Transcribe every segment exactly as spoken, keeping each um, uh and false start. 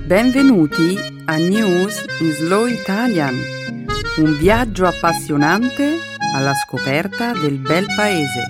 Benvenuti a News in Slow Italian, un viaggio appassionante alla scoperta del bel paese.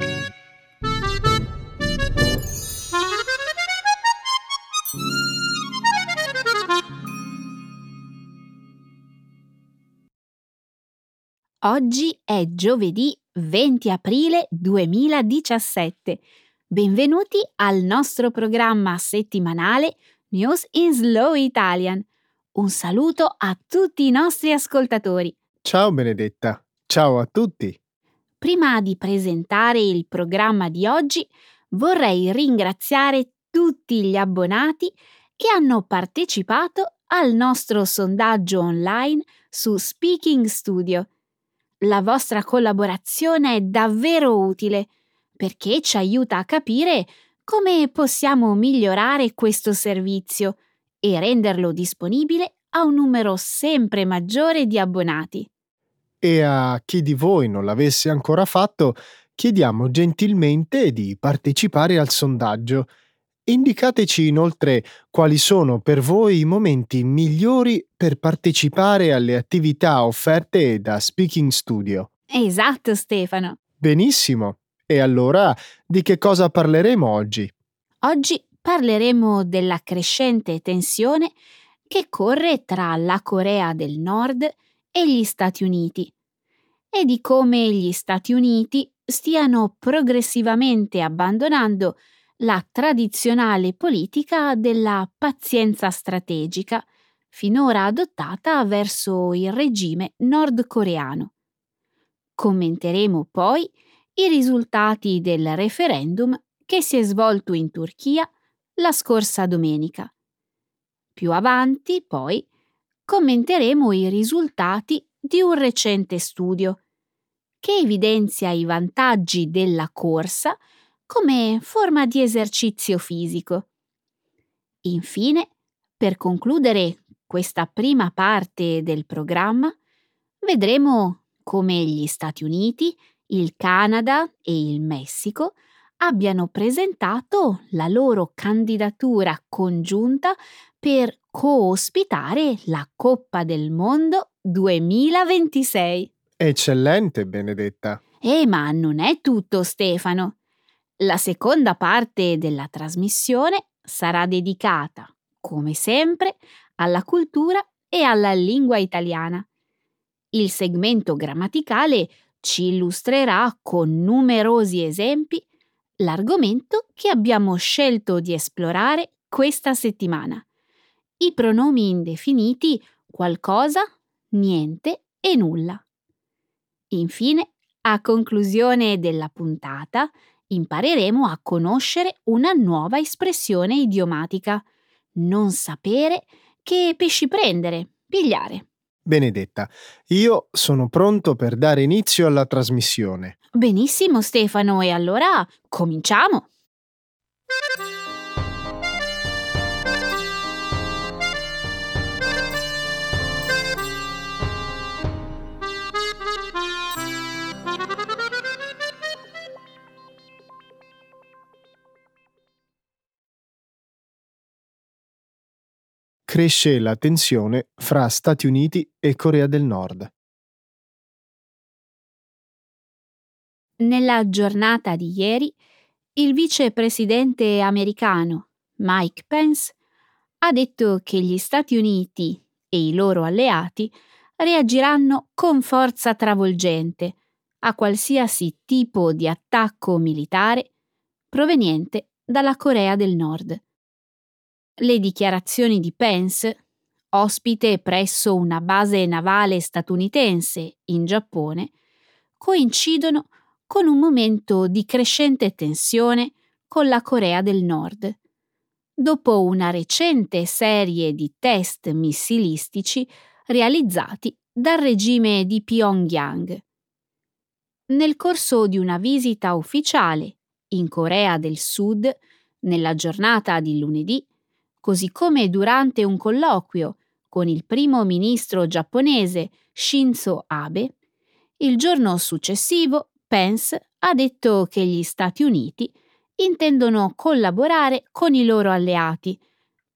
Oggi è giovedì venti aprile duemiladiciassette. Benvenuti al nostro programma settimanale News in Slow Italian. Un saluto a tutti i nostri ascoltatori. Ciao Benedetta, ciao a tutti. Prima di presentare il programma di oggi, vorrei ringraziare tutti gli abbonati che hanno partecipato al nostro sondaggio online su Speaking Studio. La vostra collaborazione è davvero utile perché ci aiuta a capire come possiamo migliorare questo servizio e renderlo disponibile a un numero sempre maggiore di abbonati. E a chi di voi non l'avesse ancora fatto, chiediamo gentilmente di partecipare al sondaggio. Indicateci inoltre quali sono per voi i momenti migliori per partecipare alle attività offerte da Speaking Studio. Esatto, Stefano. Benissimo. E allora, di che cosa parleremo oggi? Oggi parleremo della crescente tensione che corre tra la Corea del Nord e gli Stati Uniti e di come gli Stati Uniti stiano progressivamente abbandonando la tradizionale politica della pazienza strategica finora adottata verso il regime nordcoreano. Commenteremo poi i risultati del referendum che si è svolto in Turchia la scorsa domenica. Più avanti, poi, commenteremo i risultati di un recente studio che evidenzia i vantaggi della corsa come forma di esercizio fisico. Infine, per concludere questa prima parte del programma, vedremo come gli Stati Uniti, il Canada e il Messico abbiano presentato la loro candidatura congiunta per co-ospitare la Coppa del Mondo duemilaventisei. Eccellente, Benedetta. Eh, ma non è tutto, Stefano. La seconda parte della trasmissione sarà dedicata, come sempre, alla cultura e alla lingua italiana. Il segmento grammaticale ci illustrerà con numerosi esempi l'argomento che abbiamo scelto di esplorare questa settimana. I pronomi indefiniti qualcosa, niente e nulla. Infine, a conclusione della puntata, impareremo a conoscere una nuova espressione idiomatica. Non sapere che pesci prendere, pigliare. Benedetta, io sono pronto per dare inizio alla trasmissione. Benissimo, Stefano, e allora cominciamo! Cresce la tensione fra Stati Uniti e Corea del Nord. Nella giornata di ieri, il vicepresidente americano Mike Pence ha detto che gli Stati Uniti e i loro alleati reagiranno con forza travolgente a qualsiasi tipo di attacco militare proveniente dalla Corea del Nord. Le dichiarazioni di Pence, ospite presso una base navale statunitense in Giappone, coincidono con un momento di crescente tensione con la Corea del Nord, dopo una recente serie di test missilistici realizzati dal regime di Pyongyang. Nel corso di una visita ufficiale in Corea del Sud, nella giornata di lunedì, così come durante un colloquio con il primo ministro giapponese Shinzo Abe, il giorno successivo Pence ha detto che gli Stati Uniti intendono collaborare con i loro alleati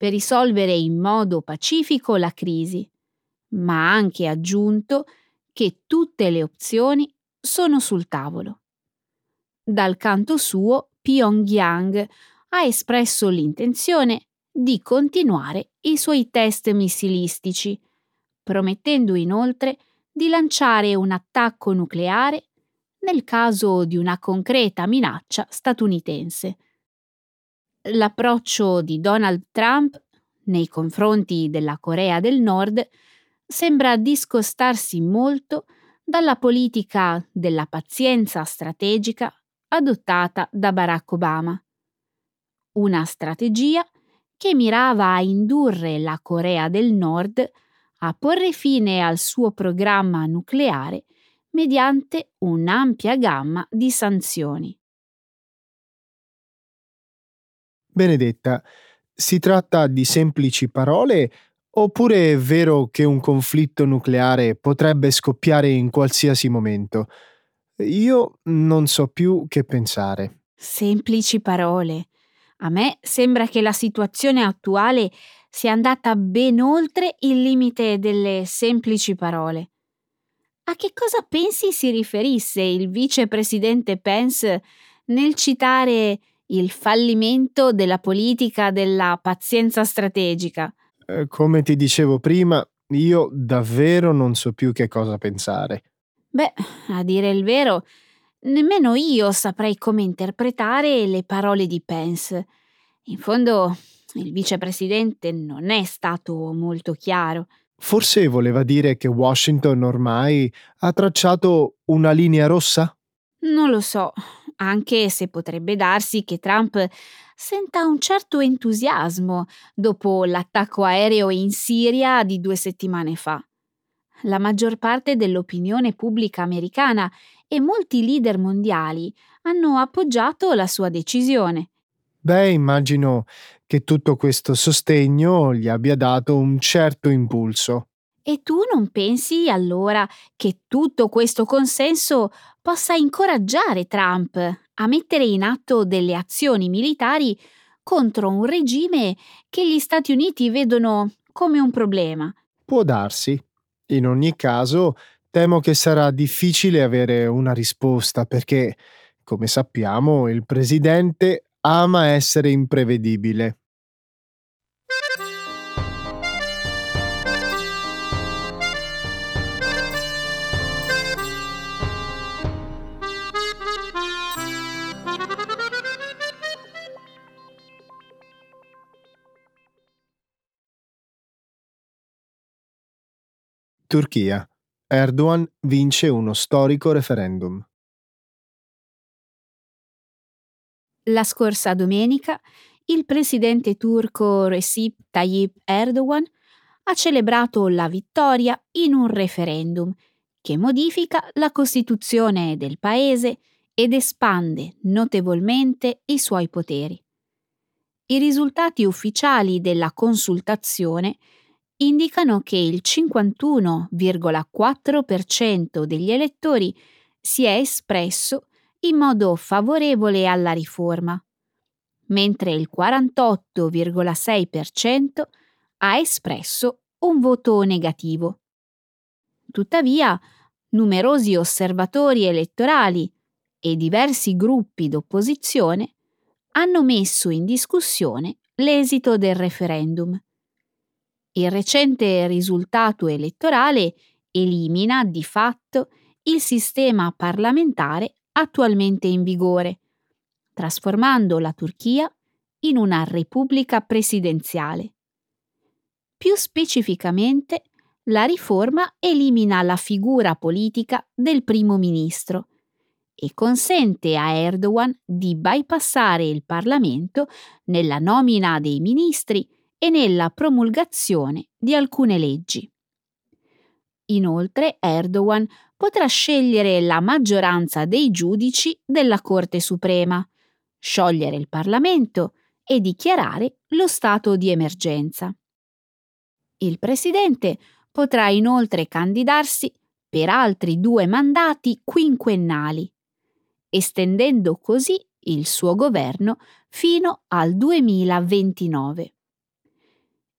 per risolvere in modo pacifico la crisi, ma ha anche aggiunto che tutte le opzioni sono sul tavolo. Dal canto suo, Pyongyang ha espresso l'intenzione di continuare i suoi test missilistici, promettendo inoltre di lanciare un attacco nucleare nel caso di una concreta minaccia statunitense. L'approccio di Donald Trump nei confronti della Corea del Nord sembra discostarsi molto dalla politica della pazienza strategica adottata da Barack Obama. Una strategia che mirava a indurre la Corea del Nord a porre fine al suo programma nucleare mediante un'ampia gamma di sanzioni. Benedetta, si tratta di semplici parole oppure è vero che un conflitto nucleare potrebbe scoppiare in qualsiasi momento? Io non so più che pensare. Semplici parole. A me sembra che la situazione attuale sia andata ben oltre il limite delle semplici parole. A che cosa pensi si riferisse il vicepresidente Pence nel citare il fallimento della politica della pazienza strategica? Eh, come ti dicevo prima, io davvero non so più che cosa pensare. Beh, a dire il vero, nemmeno io saprei come interpretare le parole di Pence. In fondo, il vicepresidente non è stato molto chiaro. Forse voleva dire che Washington ormai ha tracciato una linea rossa? Non lo so, anche se potrebbe darsi che Trump senta un certo entusiasmo dopo l'attacco aereo in Siria di due settimane fa. La maggior parte dell'opinione pubblica americana e molti leader mondiali hanno appoggiato la sua decisione. Beh, immagino che tutto questo sostegno gli abbia dato un certo impulso. E tu non pensi allora che tutto questo consenso possa incoraggiare Trump a mettere in atto delle azioni militari contro un regime che gli Stati Uniti vedono come un problema? Può darsi. In ogni caso, temo che sarà difficile avere una risposta perché, come sappiamo, il presidente ama essere imprevedibile. Turchia. Erdogan vince uno storico referendum. La scorsa domenica il presidente turco Recep Tayyip Erdogan ha celebrato la vittoria in un referendum che modifica la Costituzione del paese ed espande notevolmente i suoi poteri. I risultati ufficiali della consultazione indicano che il cinquantuno virgola quattro per cento degli elettori si è espresso in modo favorevole alla riforma, mentre il quarantotto virgola sei per cento ha espresso un voto negativo. Tuttavia, numerosi osservatori elettorali e diversi gruppi d'opposizione hanno messo in discussione l'esito del referendum. Il recente risultato elettorale elimina di fatto il sistema parlamentare attualmente in vigore, trasformando la Turchia in una repubblica presidenziale. Più specificamente, la riforma elimina la figura politica del primo ministro e consente a Erdogan di bypassare il Parlamento nella nomina dei ministri e nella promulgazione di alcune leggi. Inoltre, Erdogan potrà scegliere la maggioranza dei giudici della Corte Suprema, sciogliere il Parlamento e dichiarare lo stato di emergenza. Il presidente potrà inoltre candidarsi per altri due mandati quinquennali, estendendo così il suo governo fino al duemilaventinove.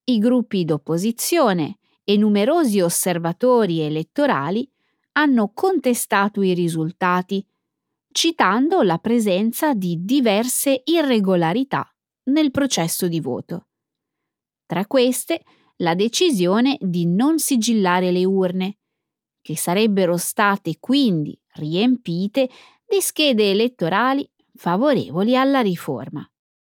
I gruppi d'opposizione e numerosi osservatori elettorali hanno contestato i risultati, citando la presenza di diverse irregolarità nel processo di voto. Tra queste, la decisione di non sigillare le urne, che sarebbero state quindi riempite di schede elettorali favorevoli alla riforma.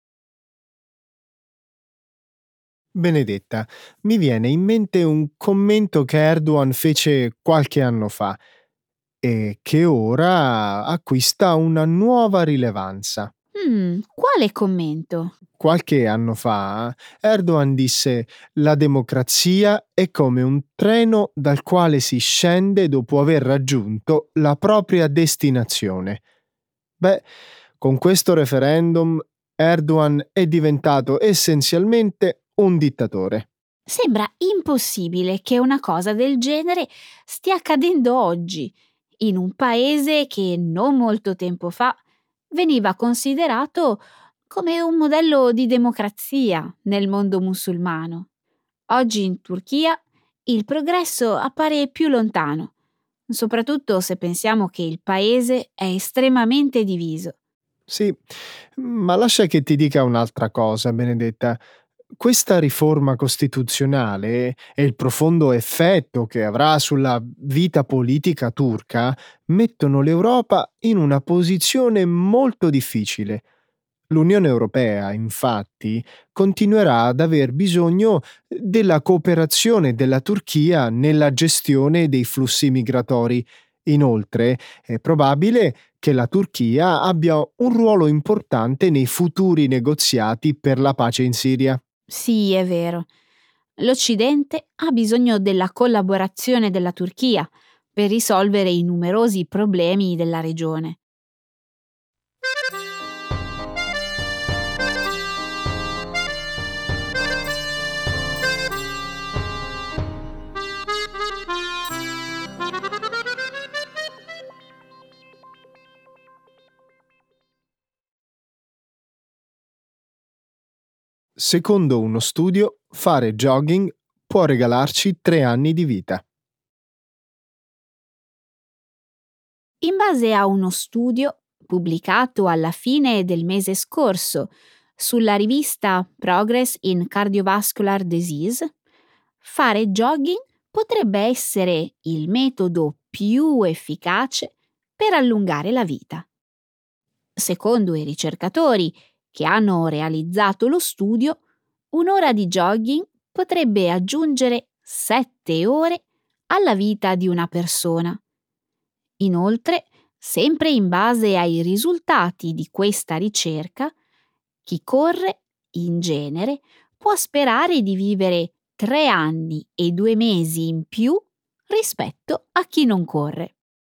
Benedetta, mi viene in mente un commento che Erdogan fece qualche anno fa e che ora acquista una nuova rilevanza. Mm, quale commento? Qualche anno fa Erdogan disse: «La democrazia è come un treno dal quale si scende dopo aver raggiunto la propria destinazione». Beh, con questo referendum Erdogan è diventato essenzialmente un dittatore. Sembra impossibile che una cosa del genere stia accadendo oggi, in un paese che non molto tempo fa veniva considerato come un modello di democrazia nel mondo musulmano. Oggi in Turchia il progresso appare più lontano, soprattutto se pensiamo che il paese è estremamente diviso. Sì, ma lascia che ti dica un'altra cosa, Benedetta. Questa riforma costituzionale e il profondo effetto che avrà sulla vita politica turca mettono l'Europa in una posizione molto difficile. L'Unione Europea, infatti, continuerà ad aver bisogno della cooperazione della Turchia nella gestione dei flussi migratori. Inoltre, è probabile che la Turchia abbia un ruolo importante nei futuri negoziati per la pace in Siria. Sì, è vero. L'Occidente ha bisogno della collaborazione della Turchia per risolvere i numerosi problemi della regione. Secondo uno studio, fare jogging può regalarci tre anni di vita. In base a uno studio pubblicato alla fine del mese scorso sulla rivista Progress in Cardiovascular Disease, fare jogging potrebbe essere il metodo più efficace per allungare la vita. Secondo i ricercatori che hanno realizzato lo studio, un'ora di jogging potrebbe aggiungere sette ore alla vita di una persona. Inoltre, sempre in base ai risultati di questa ricerca, chi corre, in genere, può sperare di vivere tre anni e due mesi in più rispetto a chi non corre.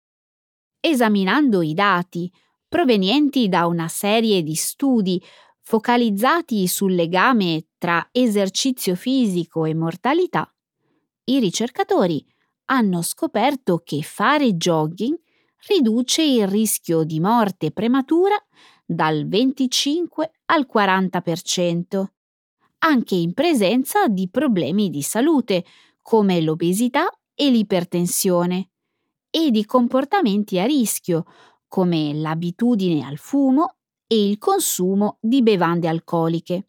Esaminando i dati provenienti da una serie di studi focalizzati sul legame tra esercizio fisico e mortalità, i ricercatori hanno scoperto che fare jogging riduce il rischio di morte prematura dal venticinque al quaranta per cento, anche in presenza di problemi di salute come l'obesità e l'ipertensione, e di comportamenti a rischio come l'abitudine al fumo e il consumo di bevande alcoliche.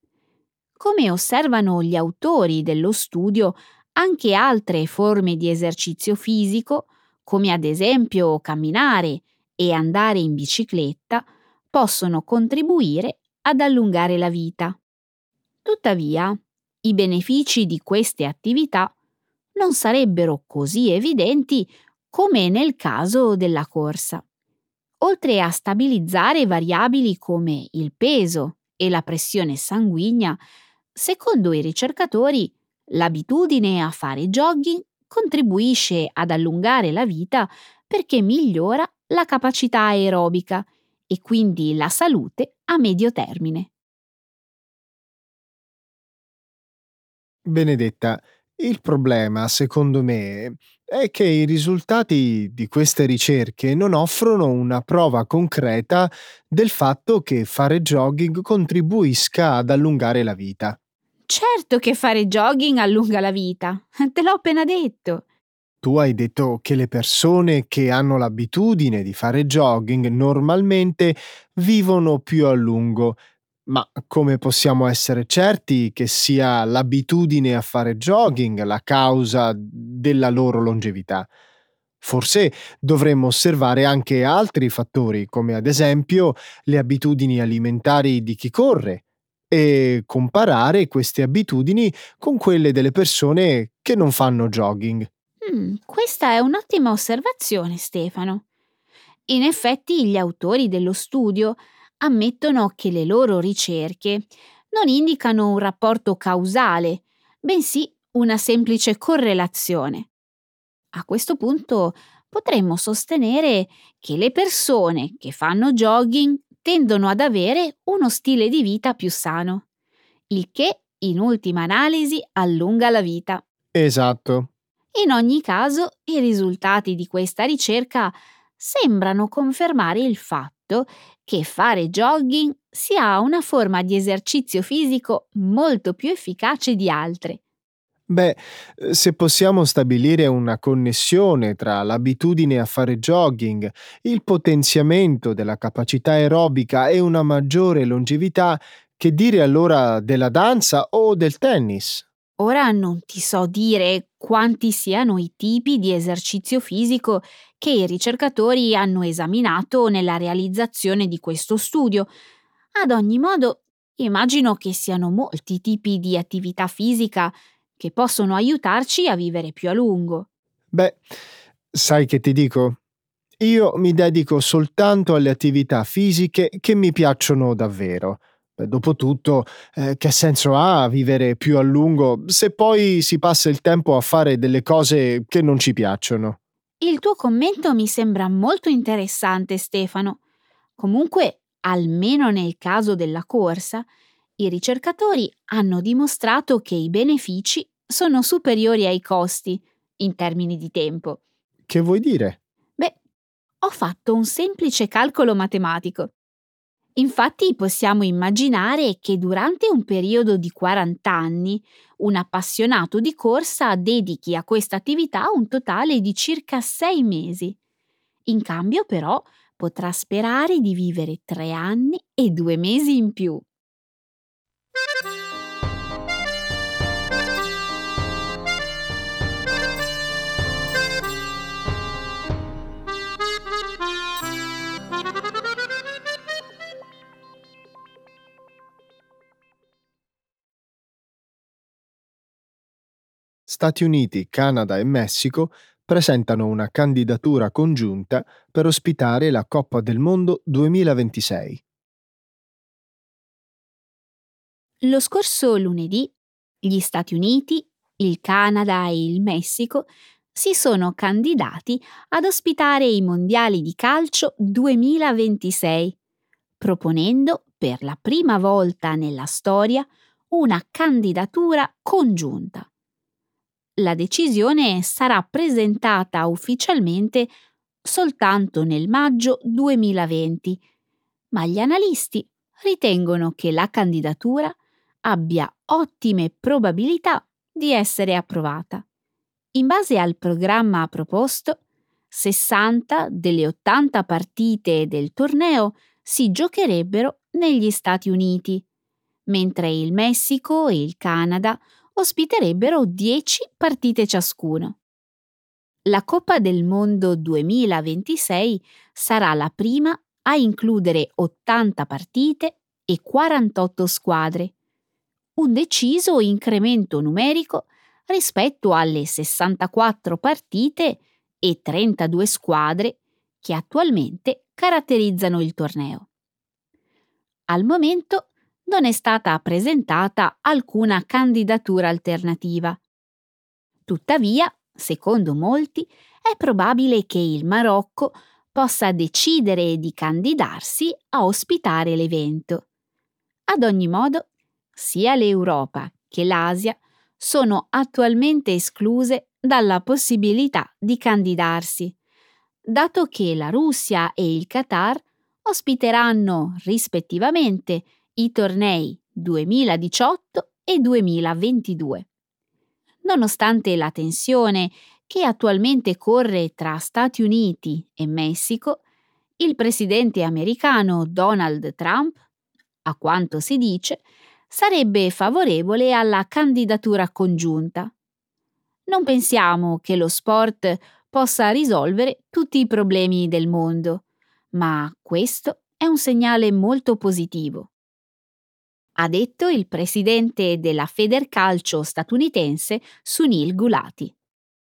Come osservano gli autori dello studio, anche altre forme di esercizio fisico, come ad esempio camminare e andare in bicicletta, possono contribuire ad allungare la vita. Tuttavia, i benefici di queste attività non sarebbero così evidenti come nel caso della corsa. Oltre a stabilizzare variabili come il peso e la pressione sanguigna, secondo i ricercatori, l'abitudine a fare jogging contribuisce ad allungare la vita perché migliora la capacità aerobica e quindi la salute a medio termine. Benedetta, il problema, secondo me, è che i risultati di queste ricerche non offrono una prova concreta del fatto che fare jogging contribuisca ad allungare la vita. Certo che fare jogging allunga la vita, te l'ho appena detto. Tu hai detto che le persone che hanno l'abitudine di fare jogging normalmente vivono più a lungo, ma come possiamo essere certi che sia l'abitudine a fare jogging la causa della loro longevità? Forse dovremmo osservare anche altri fattori, come ad esempio le abitudini alimentari di chi corre, e comparare queste abitudini con quelle delle persone che non fanno jogging. Mm, questa è un'ottima osservazione, Stefano. In effetti, gli autori dello studio ammettono che le loro ricerche non indicano un rapporto causale, bensì una semplice correlazione. A questo punto potremmo sostenere che le persone che fanno jogging tendono ad avere uno stile di vita più sano, il che in ultima analisi allunga la vita. Esatto. In ogni caso, i risultati di questa ricerca sembrano confermare il fatto che fare jogging sia una forma di esercizio fisico molto più efficace di altre. Beh, eh, se possiamo stabilire una connessione tra l'abitudine a fare jogging, il potenziamento della capacità aerobica e una maggiore longevità, che dire allora della danza o del tennis? Ora non ti so dire quanti siano i tipi di esercizio fisico che i ricercatori hanno esaminato nella realizzazione di questo studio. Ad ogni modo, immagino che siano molti tipi di attività fisica che possono aiutarci a vivere più a lungo. Beh, sai che ti dico? Io mi dedico soltanto alle attività fisiche che mi piacciono davvero. Beh, dopotutto, eh, che senso ha vivere più a lungo se poi si passa il tempo a fare delle cose che non ci piacciono? Il tuo commento mi sembra molto interessante, Stefano. Comunque, almeno nel caso della corsa, i ricercatori hanno dimostrato che i benefici sono superiori ai costi in termini di tempo. Che vuoi dire? Beh, ho fatto un semplice calcolo matematico. Infatti possiamo immaginare che durante un periodo di quaranta anni un appassionato di corsa dedichi a questa attività un totale di circa sei mesi. In cambio, però, potrà sperare di vivere tre anni e due mesi in più. Stati Uniti, Canada e Messico presentano una candidatura congiunta per ospitare la Coppa del Mondo duemilaventisei. Lo scorso lunedì gli Stati Uniti, il Canada e il Messico si sono candidati ad ospitare i mondiali di calcio duemilaventisei, proponendo per la prima volta nella storia una candidatura congiunta. La decisione sarà presentata ufficialmente soltanto nel maggio duemilaventi, ma gli analisti ritengono che la candidatura abbia ottime probabilità di essere approvata. In base al programma proposto, sessanta delle ottanta partite del torneo si giocherebbero negli Stati Uniti, mentre il Messico e il Canada ospiterebbero dieci partite ciascuno. La Coppa del Mondo duemilaventisei sarà la prima a includere ottanta partite e quarantotto squadre, un deciso incremento numerico rispetto alle sessantaquattro partite e trentadue squadre che attualmente caratterizzano il torneo. Al momento non è stata presentata alcuna candidatura alternativa. Tuttavia, secondo molti, è probabile che il Marocco possa decidere di candidarsi a ospitare l'evento. Ad ogni modo, sia l'Europa che l'Asia sono attualmente escluse dalla possibilità di candidarsi, dato che la Russia e il Qatar ospiteranno rispettivamente i tornei duemiladiciotto e duemilaventidue. Nonostante la tensione che attualmente corre tra Stati Uniti e Messico, il presidente americano Donald Trump, a quanto si dice, sarebbe favorevole alla candidatura congiunta. Non pensiamo che lo sport possa risolvere tutti i problemi del mondo, ma questo è un segnale molto positivo, ha detto il presidente della Federcalcio statunitense Sunil Gulati.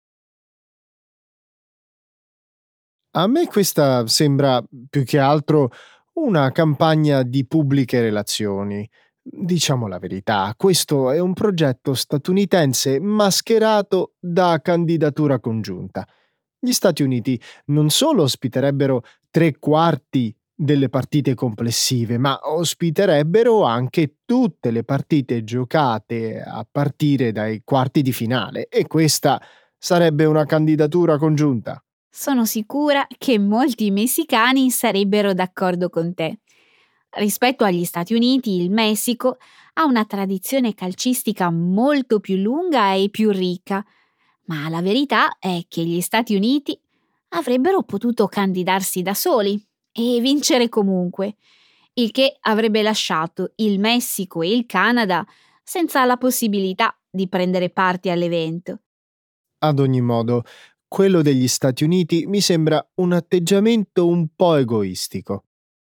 A me questa sembra più che altro una campagna di pubbliche relazioni. Diciamo la verità, questo è un progetto statunitense mascherato da candidatura congiunta. Gli Stati Uniti non solo ospiterebbero tre quarti delle partite complessive, ma ospiterebbero anche tutte le partite giocate a partire dai quarti di finale, e questa sarebbe una candidatura congiunta. Sono sicura che molti messicani sarebbero d'accordo con te. Rispetto agli Stati Uniti, il Messico ha una tradizione calcistica molto più lunga e più ricca, ma la verità è che gli Stati Uniti avrebbero potuto candidarsi da soli e vincere comunque, il che avrebbe lasciato il Messico e il Canada senza la possibilità di prendere parte all'evento. Ad ogni modo, quello degli Stati Uniti mi sembra un atteggiamento un po' egoistico.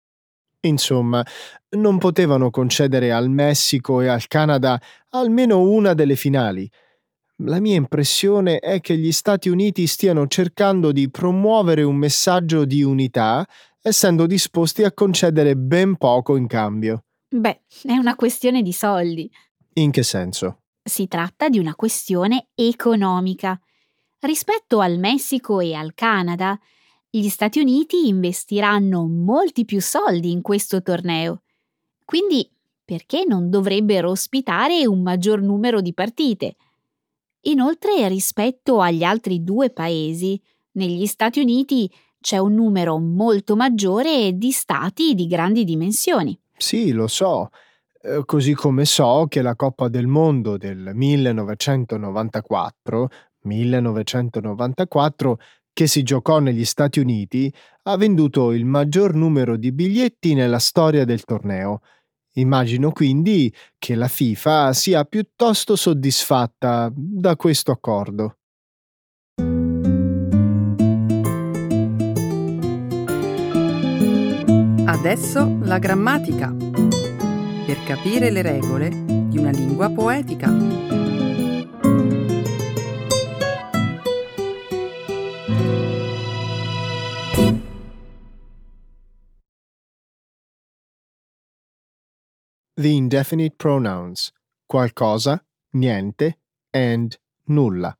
Insomma, non potevano concedere al Messico e al Canada almeno una delle finali. La mia impressione è che gli Stati Uniti stiano cercando di promuovere un messaggio di unità, essendo disposti a concedere ben poco in cambio. Beh, è una questione di soldi. In che senso? Si tratta di una questione economica. Rispetto al Messico e al Canada, gli Stati Uniti investiranno molti più soldi in questo torneo. Quindi, perché non dovrebbero ospitare un maggior numero di partite? Inoltre, rispetto agli altri due paesi, negli Stati Uniti c'è un numero molto maggiore di stati di grandi dimensioni. Sì, lo so. Eh, Così come so che la Coppa del Mondo del millenovecentonovantaquattro, millenovecentonovantaquattro, che si giocò negli Stati Uniti, ha venduto il maggior numero di biglietti nella storia del torneo. Immagino quindi che la FIFA sia piuttosto soddisfatta da questo accordo. Adesso la grammatica, per capire le regole di una lingua poetica. The indefinite pronouns: qualcosa, niente, and nulla.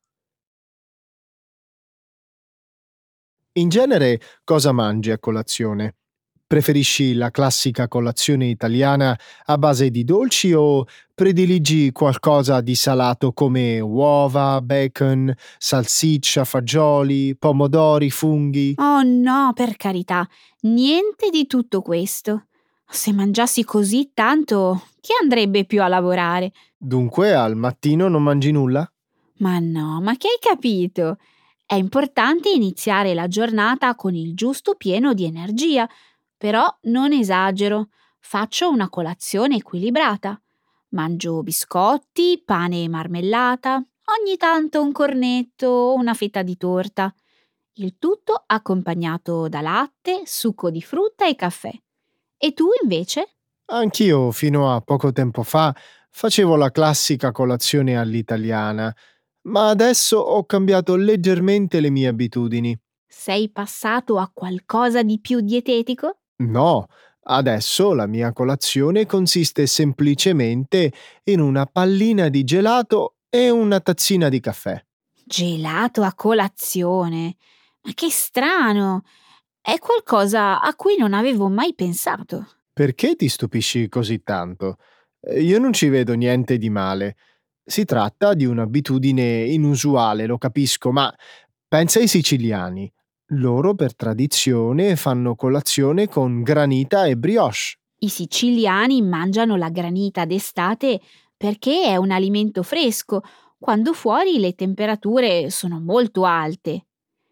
In genere, cosa mangi a colazione? Preferisci la classica colazione italiana a base di dolci o prediligi qualcosa di salato come uova, bacon, salsiccia, fagioli, pomodori, funghi? Oh no, per carità, niente di tutto questo. Se mangiassi così tanto, chi andrebbe più a lavorare? Dunque, al mattino non mangi nulla? Ma no, ma che hai capito? È importante iniziare la giornata con il giusto pieno di energia, però non esagero. Faccio una colazione equilibrata. Mangio biscotti, pane e marmellata, ogni tanto un cornetto o una fetta di torta. Il tutto accompagnato da latte, succo di frutta e caffè. E tu invece? Anch'io, fino a poco tempo fa, facevo la classica colazione all'italiana, ma adesso ho cambiato leggermente le mie abitudini. Sei passato a qualcosa di più dietetico? No, adesso la mia colazione consiste semplicemente in una pallina di gelato e una tazzina di caffè. Gelato a colazione? Ma che strano! È qualcosa a cui non avevo mai pensato. Perché ti stupisci così tanto? Eh, Io non ci vedo niente di male. Si tratta di un'abitudine inusuale, lo capisco, ma pensa ai siciliani. Loro per tradizione fanno colazione con granita e brioche. I siciliani mangiano la granita d'estate perché è un alimento fresco, quando fuori le temperature sono molto alte.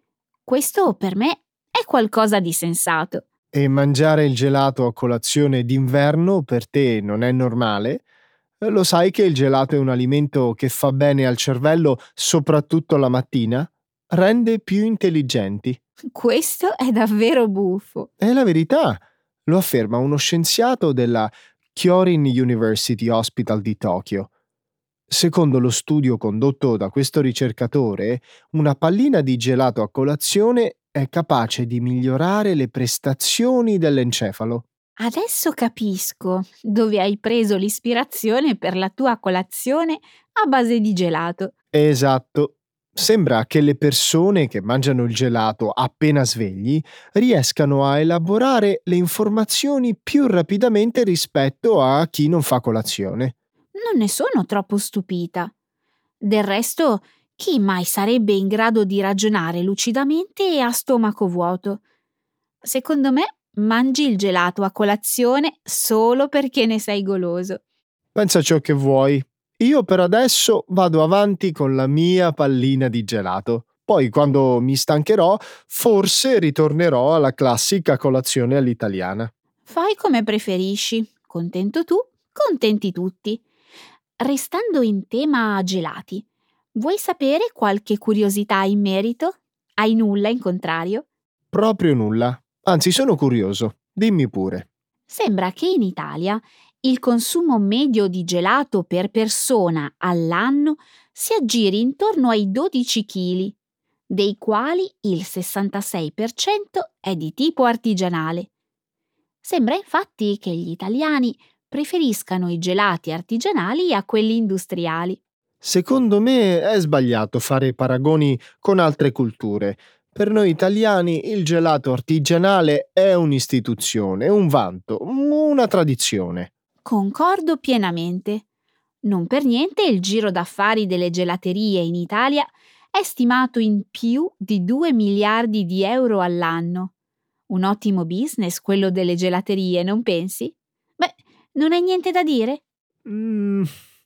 Questo per me è qualcosa di sensato. E mangiare il gelato a colazione d'inverno per te non è normale? Eh, Lo sai che il gelato è un alimento che fa bene al cervello soprattutto la mattina? Rende più intelligenti. Questo è davvero buffo. È la verità, lo afferma uno scienziato della Kyorin University Hospital di Tokyo. Secondo lo studio condotto da questo ricercatore, una pallina di gelato a colazione è capace di migliorare le prestazioni dell'encefalo. Adesso capisco dove hai preso l'ispirazione per la tua colazione a base di gelato. Esatto. Sembra che le persone che mangiano il gelato appena svegli riescano a elaborare le informazioni più rapidamente rispetto a chi non fa colazione. Non ne sono troppo stupita. Del resto, chi mai sarebbe in grado di ragionare lucidamente a stomaco vuoto? Secondo me, mangi il gelato a colazione solo perché ne sei goloso. Pensa ciò che vuoi. Io per adesso vado avanti con la mia pallina di gelato. Poi, quando mi stancherò, forse ritornerò alla classica colazione all'italiana. Fai come preferisci. Contento tu, contenti tutti. Restando in tema gelati, vuoi sapere qualche curiosità in merito? Hai nulla in contrario? Proprio nulla. Anzi, sono curioso. Dimmi pure. Sembra che in Italia il consumo medio di gelato per persona all'anno si aggiri intorno ai dodici chili, dei quali il sessantasei per cento è di tipo artigianale. Sembra infatti che gli italiani preferiscano i gelati artigianali a quelli industriali. Secondo me è sbagliato fare paragoni con altre culture. Per noi italiani il gelato artigianale è un'istituzione, un vanto, una tradizione. Concordo pienamente. Non per niente il giro d'affari delle gelaterie in Italia è stimato in più di due miliardi di euro all'anno. Un ottimo business quello delle gelaterie, non pensi? Beh, non hai niente da dire? Mm,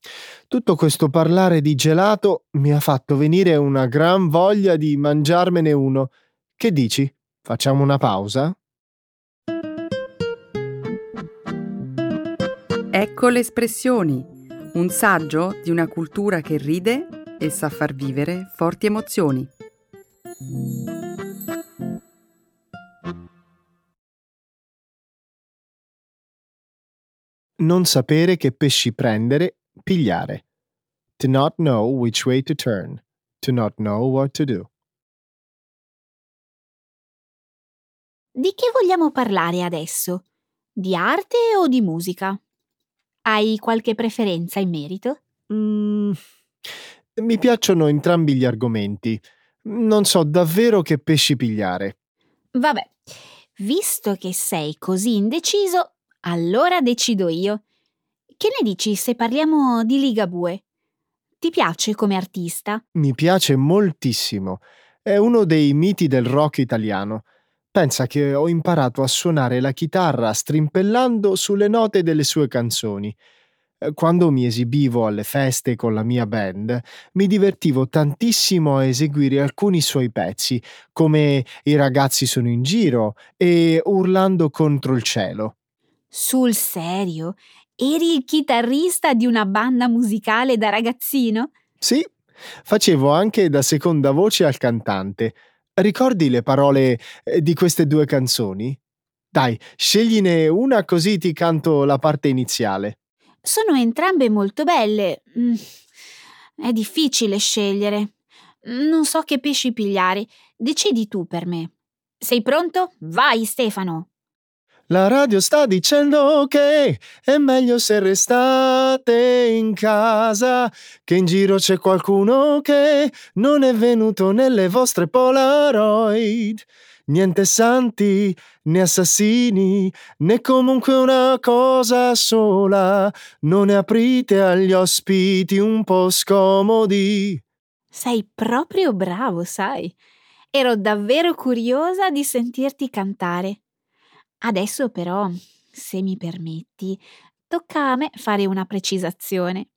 tutto questo parlare di gelato mi ha fatto venire una gran voglia di mangiarmene uno. Che dici? Facciamo una pausa? Ecco le espressioni, un saggio di una cultura che ride e sa far vivere forti emozioni. Non sapere che pesci prendere, pigliare. To not know which way to turn. To not know what to do. Di che vogliamo parlare adesso? Di arte o di musica? Hai qualche preferenza in merito? Mm, mi piacciono entrambi gli argomenti. Non so davvero che pesci pigliare. Vabbè, visto che sei così indeciso, allora decido io. Che ne dici se parliamo di Ligabue? Ti piace come artista? Mi piace moltissimo. È uno dei miti del rock italiano. Pensa che ho imparato a suonare la chitarra strimpellando sulle note delle sue canzoni. Eh, Quando mi esibivo alle feste con la mia band, mi divertivo tantissimo a eseguire alcuni suoi pezzi, come I ragazzi sono in giro e Urlando contro il cielo. Sul serio? Eri il chitarrista di una banda musicale da ragazzino? Sì, facevo anche da seconda voce al cantante. Ricordi le parole eh, di queste due canzoni? Dai, scegliene una così ti canto la parte iniziale. Sono entrambe molto belle. Mm, È difficile scegliere. Non so che pesci pigliare. Decidi tu per me. Sei pronto? Vai, Stefano! La radio sta dicendo che è meglio se restate in casa, che in giro c'è qualcuno che non è venuto nelle vostre Polaroid. Niente santi, né assassini, né comunque una cosa sola. Non ne aprite agli ospiti un po' scomodi. Sei proprio bravo, sai. Ero davvero curiosa di sentirti cantare. Adesso però, se mi permetti, tocca a me fare una precisazione.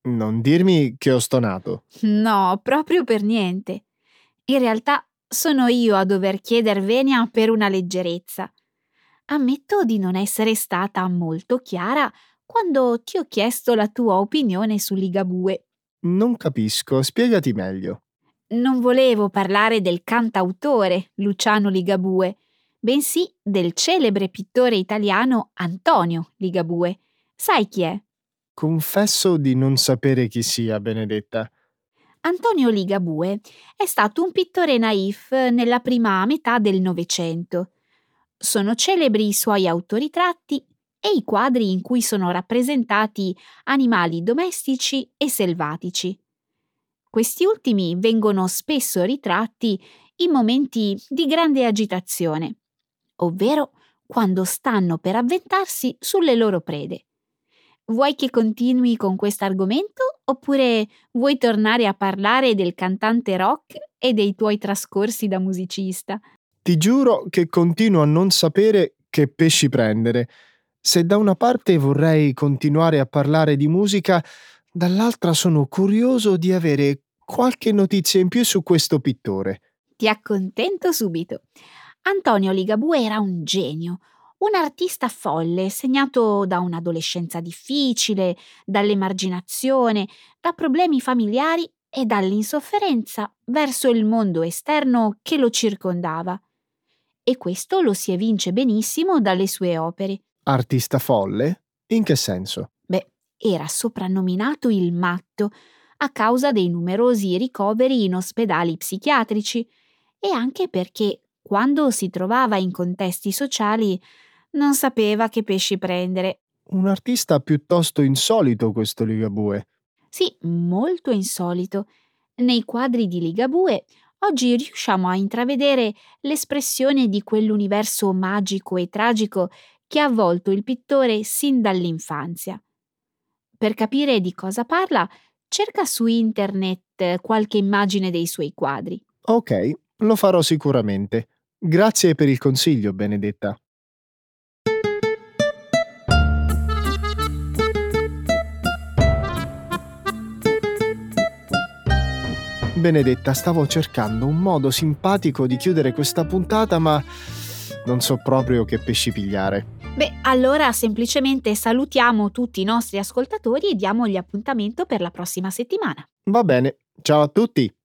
Non dirmi che ho stonato. No, proprio per niente. In realtà sono io a dover chieder venia per una leggerezza. Ammetto di non essere stata molto chiara quando ti ho chiesto la tua opinione su Ligabue. Non capisco, spiegati meglio. Non volevo parlare del cantautore Luciano Ligabue, bensì del celebre pittore italiano Antonio Ligabue. Sai chi è? Confesso di non sapere chi sia, Benedetta. Antonio Ligabue è stato un pittore naif nella prima metà del Novecento. Sono celebri i suoi autoritratti e i quadri in cui sono rappresentati animali domestici e selvatici. Questi ultimi vengono spesso ritratti in momenti di grande agitazione, ovvero quando stanno per avventarsi sulle loro prede. Vuoi che continui con questo argomento oppure vuoi tornare a parlare del cantante rock e dei tuoi trascorsi da musicista? Ti giuro che continuo a non sapere che pesci prendere. Se da una parte vorrei continuare a parlare di musica, dall'altra sono curioso di avere qualche notizia in più su questo pittore. Ti accontento subito. Antonio Ligabue era un genio, un artista folle, segnato da un'adolescenza difficile, dall'emarginazione, da problemi familiari e dall'insofferenza verso il mondo esterno che lo circondava. E questo lo si evince benissimo dalle sue opere. Artista folle? In che senso? Beh, era soprannominato il matto a causa dei numerosi ricoveri in ospedali psichiatrici e anche perché, quando si trovava in contesti sociali, non sapeva che pesci prendere. Un artista piuttosto insolito questo Ligabue. Sì, molto insolito. Nei quadri di Ligabue oggi riusciamo a intravedere l'espressione di quell'universo magico e tragico che ha avvolto il pittore sin dall'infanzia. Per capire di cosa parla, cerca su internet qualche immagine dei suoi quadri. Ok, lo farò sicuramente. Grazie per il consiglio, Benedetta. Benedetta, stavo cercando un modo simpatico di chiudere questa puntata, ma non so proprio che pesci pigliare. Beh, allora semplicemente salutiamo tutti i nostri ascoltatori e diamogli appuntamento per la prossima settimana. Va bene, ciao a tutti!